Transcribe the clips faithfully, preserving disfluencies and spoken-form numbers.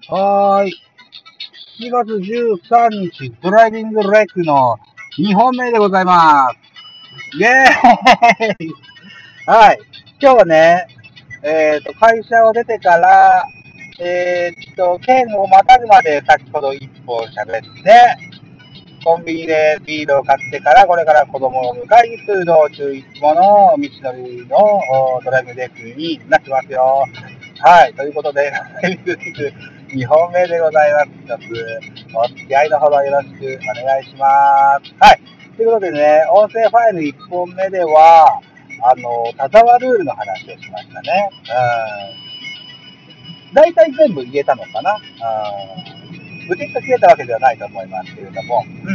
はーい。しちがつじゅうさんにち、ドライビングレックのにほんめでございます。イェーイはい。今日はね、えっと、会社を出てから、えっと、県をまたぐまで先ほど一本喋って、コンビニでビールを買ってから、これから子供を迎えに来る道中、いつもの道のりのドライブレックになってますよ。はい。ということで、にほんめでございます。一つ、お付き合いのほどよろしくお願いします。はい。ということでね、音声ファイルいっぽんめでは、あの、田沢ルールの話をしましたね。うん。大体全部言えたのかな。うん。ブチッと切れたわけではないと思いますけれども、うん。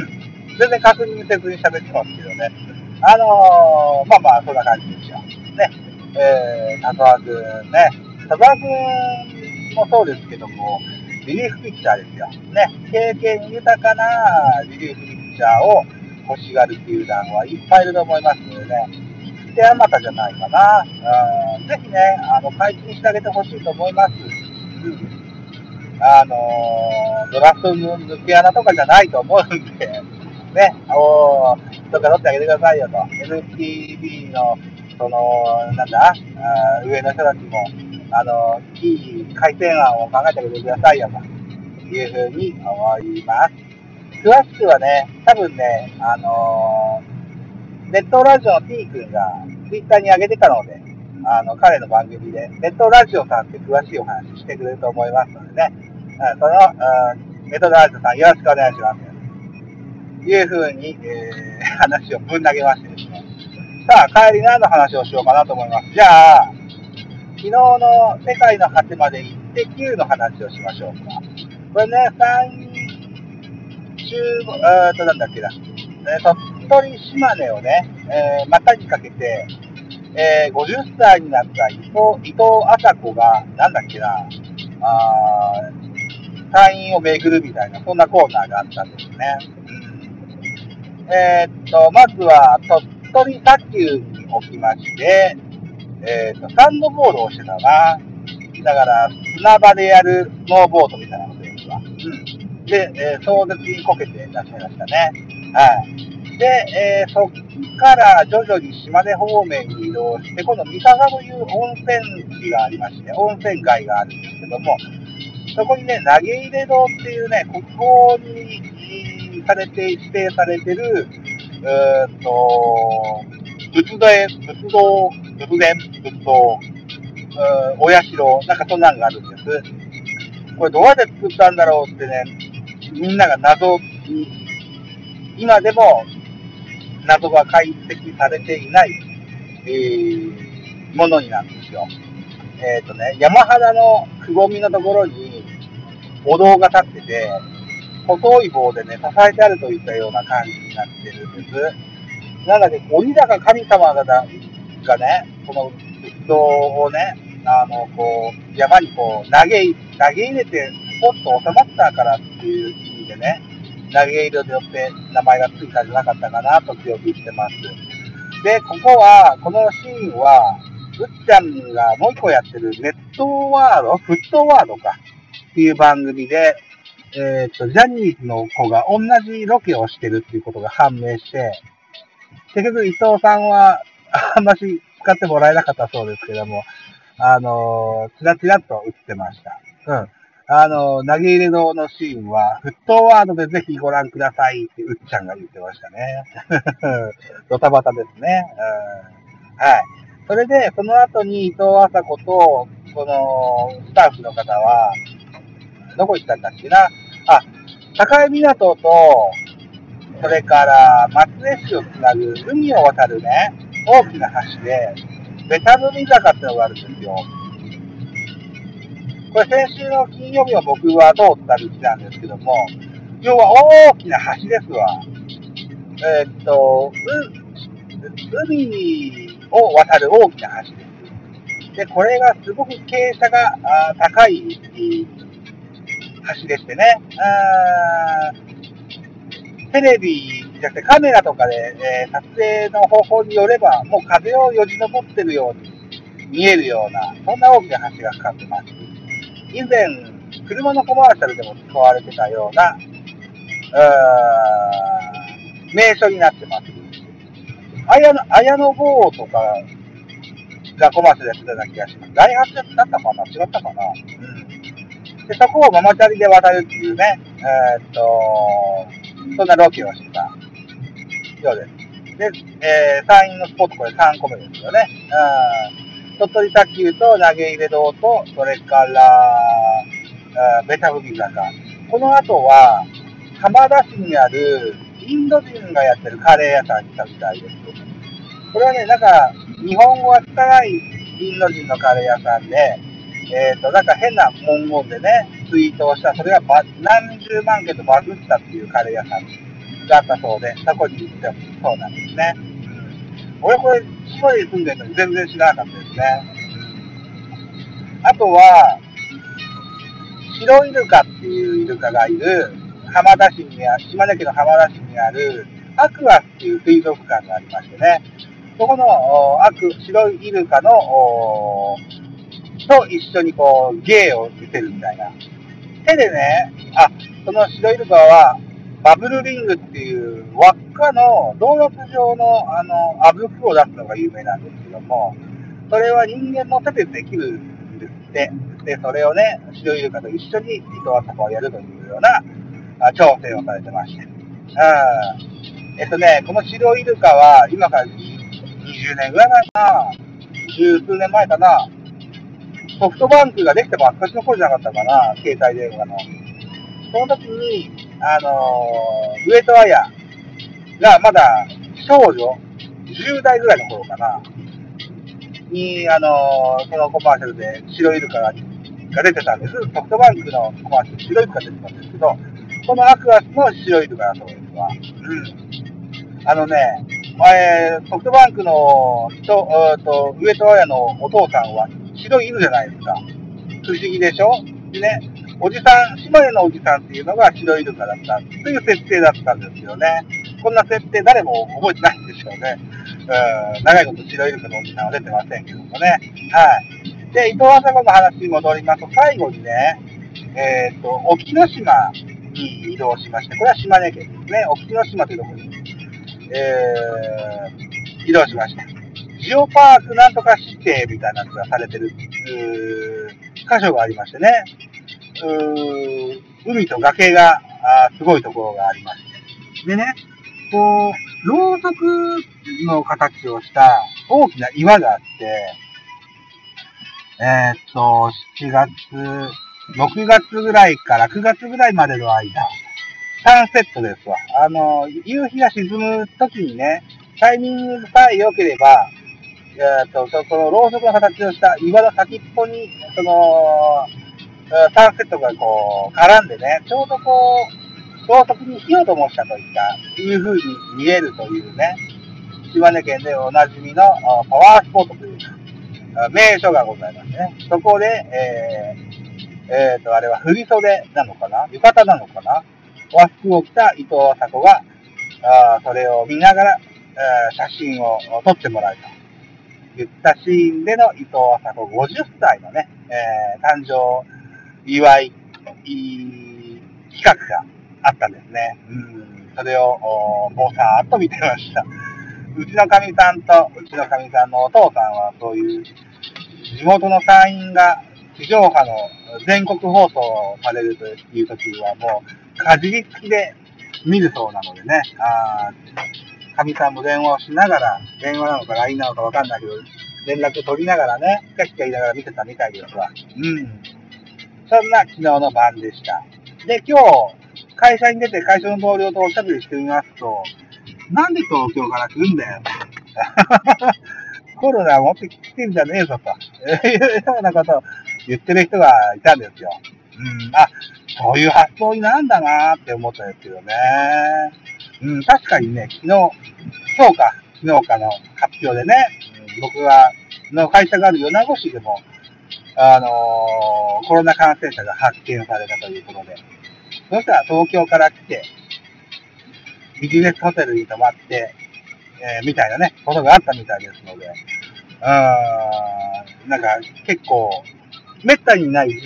全然確認せずに喋ってますけどね。あのー、まあまあ、そんな感じですよ。ね。えー、田沢くんね。田沢くんもそうですけども、リリーフピッチャーですよ。ね。経験豊かなリリーフピッチャーを欲しがる球団はいっぱいいると思いますのでね。で、あまたじゃないかな。うん、ぜひね、あの、解禁してあげてほしいと思います。うん。あのー、ドラフトの抜け穴とかじゃないと思うんで、ね、おー、どっか取ってあげてくださいよと。エヌティービー の、その、なんだ、あ上の人たちも、あのー、いい改善案を考えてあげてくださいよというふうに思います。詳しくはね、多分ね、あのー、ネットラジオの T 君が Twitter に上げてたので、あの、彼の番組で、ネットラジオさんって詳しいお話してくれると思いますのでね、うん、その、うん、ネットラジオさんよろしくお願いします。というふうに、えー、話をぶん投げましてですね。さあ、帰り何の話をしようかなと思います。じゃあ、昨日の世界の果てまで行ってきゅうの話をしましょうか。これね、さん週、えーと、なんだっけな、えー、鳥取、島根をね、えー、股にかけて、えー、ごじゅっさいになった伊藤、伊藤麻子が、なんだっけな、あ隊員を巡るみたいな、そんなコーナーがあったんですね。うん、えー、っと、まずは、鳥取砂丘におきまして、えー、っと、サンドボードをしてたな。だから、砂場でやるスノーボードみたいなことですわ。うん。で、えー、壮絶にこけていらっしゃいましたね。はい。で、えー、そっから徐々に島根方面に移動して、今度三笹という温泉地がありまして、温泉街があるんですけども、そこにね、投げ入れ堂っていうね、国宝にされて、指定されてる、えーっと、仏殿、仏道、仏殿、仏道、お社、なんかそんなのがあるんです。これどうやって作ったんだろうってね、みんなが謎に、今でも謎が解析されていない、えー、ものになるんですよ。えっ、ー、とね、山肌のくぼみのところにお堂が立ってて、細い棒でね、支えてあるといったような感じになってるんです。なので、鬼だか神様ががね、この仏像をね、あの、こう、山にこう、投げ、投げ入れて、ポッと収まったからっていう意味でね、投げ入れによって名前がついたんじゃなかったかなと記憶してます。で、ここは、このシーンは、うっちゃんがもう一個やってるネットワード、フットワードかっていう番組で、えっと、ジャニーズの子が同じロケをしてるっていうことが判明して、結局伊藤さんはあんまし使ってもらえなかったそうですけども、あのー、ちらちらっと映ってました。うん。あのー、投げ入れ堂のシーンは、フットワードでぜひご覧くださいってうっちゃんが言ってましたね。ドタバタですね。うん。はい。それで、その後に伊藤麻子と、この、スタッフの方は、どこ行ったんだっけな。あ、境港と、それから松江市をつなぐ海を渡るね、大きな橋で、ベタ踏み坂ってのがあるんですよ。これ先週の金曜日は僕は通った道なんですけども、要は大きな橋ですわ。えー、っと、海を渡る大きな橋です。で、これがすごく傾斜が高い橋でしてね、あテレビじゃなくてカメラとかで、えー、撮影の方法によれば、もう風をよじ登ってるように見えるような、そんな大きな橋がかかってます。以前、 車のコマーシャルでも使われてたような、うー名所になってます。綾野、綾野剛とかがコマーシャルやってたような気がします。ダイハツだったかな違ったかなうん。で、そこをママチャリで渡るっていうね、えー、っと、そんなロケをしたようです。で、えー、山陰のスポットこれさんこめですよね。うん。鳥取砂丘と投げ入れ堂と、それから、ベタ吹坂。この後は、浜田市にあるインド人がやってるカレー屋さんに来たみたいです。これはね、なんか、日本語が汚いインド人のカレー屋さんで、えっ、ー、と、なんか変な文言でね、ツイートをした、それが何十万件とバズったっていうカレー屋さんがあったそうで、そこに行ってもそうなんですね。うん、俺これ、一人で住んでるのに全然知らなかったですね。うん、あとは、白イルカっていうイルカがいる、浜田市にある、島根県の浜田市にある、アクアっていう水族館がありましてね、そこのアク、白いイルカの、と一緒にこう、芸を見せるみたいな。手でね、あ、その白イルカは、バブルリングっていう輪っかのドーナツ状のあの、あぶくを出すのが有名なんですけども、それは人間の手でできるんですって。で、それをね、白イルカと一緒に糸渡をやるというような挑戦をされてまして。うん。えっとね、この白イルカは、今からにじゅうねんぐらい前かな、十数年前かな、ソフトバンクができてばっかしの頃じゃなかったかな、携帯電話の。その時に、あのー、上戸彩がまだ少女、じゅう代ぐらいの頃かな、に、あのー、そのコマーシャルで白イルカが出てたんです。ソフトバンクのコマーシャルで白イルカが出てたんですけど、このアクアスの白イルカだそうですわ。うん。あのね、えー、ソフトバンクの人、えー、と上戸彩のお父さんは白い犬じゃないですか。不思議でしょでね、おじさん、島根のおじさんっていうのが白イルカだったという設定だったんですよね。こんな設定誰も覚えてないんでしょうね。うん、長いこと白イルカのおじさんは出てませんけどもね。はい。で、伊藤麻子の話に戻りますと、最後にね、えっ、ー、と、沖ノ島に移動しまして、これは島根県ですね。沖ノ島というところに、えー、移動しました。ジオパークなんとか指定みたいなやつがされてる、箇所がありましてね、う海と崖がすごいところがありまして。でね、こう、ろうそくの形をした大きな岩があって、えー、っと、しちがつ、ろくがつぐらいからくがつぐらいまでの間、サンセットですわ。あの、夕日が沈む時にね、タイミングさえ良ければ、えー、っと、そのろうそくの形をした岩の先っぽに、その、サンセットがこう、絡んでね、ちょうどこう、ろうそくに火を灯したといった、いう風に見えるというね、島根県でおなじみのパワースポットという名所がございますね。そこで、えー、えーと、あれは振り袖なのかな浴衣なのかな和服を着た伊藤麻子が、あそれを見ながら、えー、写真を撮ってもらうといったシーンでの伊藤麻子ごじゅっさいのね、えー、誕生祝い企画があったんですね。うん、それをぼさーっと見てました。うちのかみさんと、うちのかみさんのお父さんは、そういう、地元の隊員が地上波の全国放送されるという時は、もう、かじりつきで見るそうなのでね、あかみさんも電話をしながら、電話なのか ライン なのかわかんないけど、連絡取りながらね、キャキャ言いながら見てたみたいですわ。うん。そんな昨日の晩でした。で、今日、会社に出て会社の同僚とおしゃべりしてみますと、なんで東京から来るんだよ。コロナ持ってきてんじゃねえぞと。いうようなことを言ってる人がいたんですよ。うん、あ、そういう発想になんだなーって思ったんですけどね。うん、確かにね、昨日、今日か、昨日かの発表でね、うん、僕が、の会社がある米子市でも、あのー、コロナ感染者が発見されたということで、そしたら東京から来て、ビジネスホテルに泊まって、えー、みたいなね、ことがあったみたいですので、うーん、なんか結構、めったにない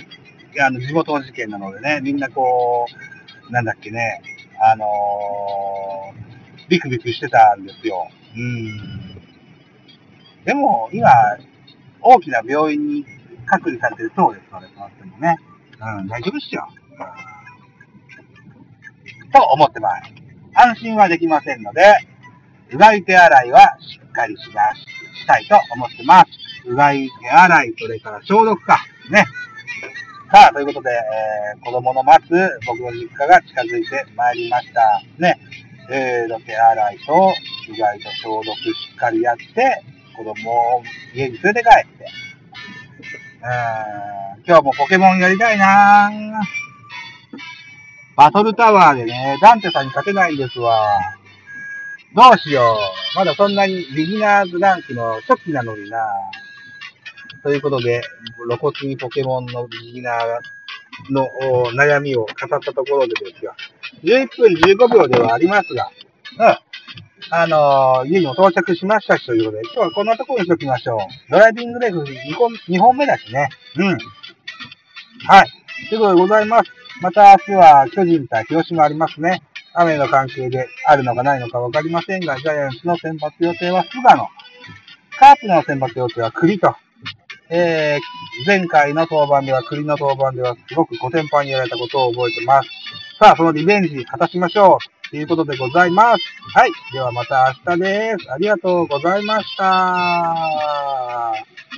あの、地元の事件なのでね、みんなこう、なんだっけね、あのー、ビクビクしてたんですよ。うん。でも、今、大きな病院に隔離されてるそうですので、その人もね。うん、大丈夫っすよ。と思ってます。安心はできませんので、うがい手洗いはしっかりします。したいと思ってます。うがい手洗い、それから消毒か。ね。さあ、ということで、えー、子供の待つ僕の実家が近づいてまいりました。ね。えー、手洗いと、うがいと消毒しっかりやって、子供を家に連れて帰って、うーん、今日もポケモンやりたいなぁ。バトルタワーでね、ダンテさんに勝てないんですわ。どうしよう。まだそんなにビギナーズランクの初期なのにな。ということで、露骨にポケモンのビギナーの悩みを語ったところでですよ。じゅういっぷんじゅうごびょうではありますが、うん。あのー、家にも到着しましたしということで、今日はこんなところにしときましょう。ドライビングレフにほん、にほんめだしね。うん。はい。ということでございます。また明日は巨人対広島ありますね。雨の関係であるのかないのかわかりませんが、ジャイアンツの先発予定は菅野。カープの先発予定は栗と。えー、前回の登板では、栗の登板ではすごくコテンパンにやられたことを覚えてます。さあ、そのリベンジ果たしましょう。ということでございます。はい。ではまた明日です。ありがとうございました。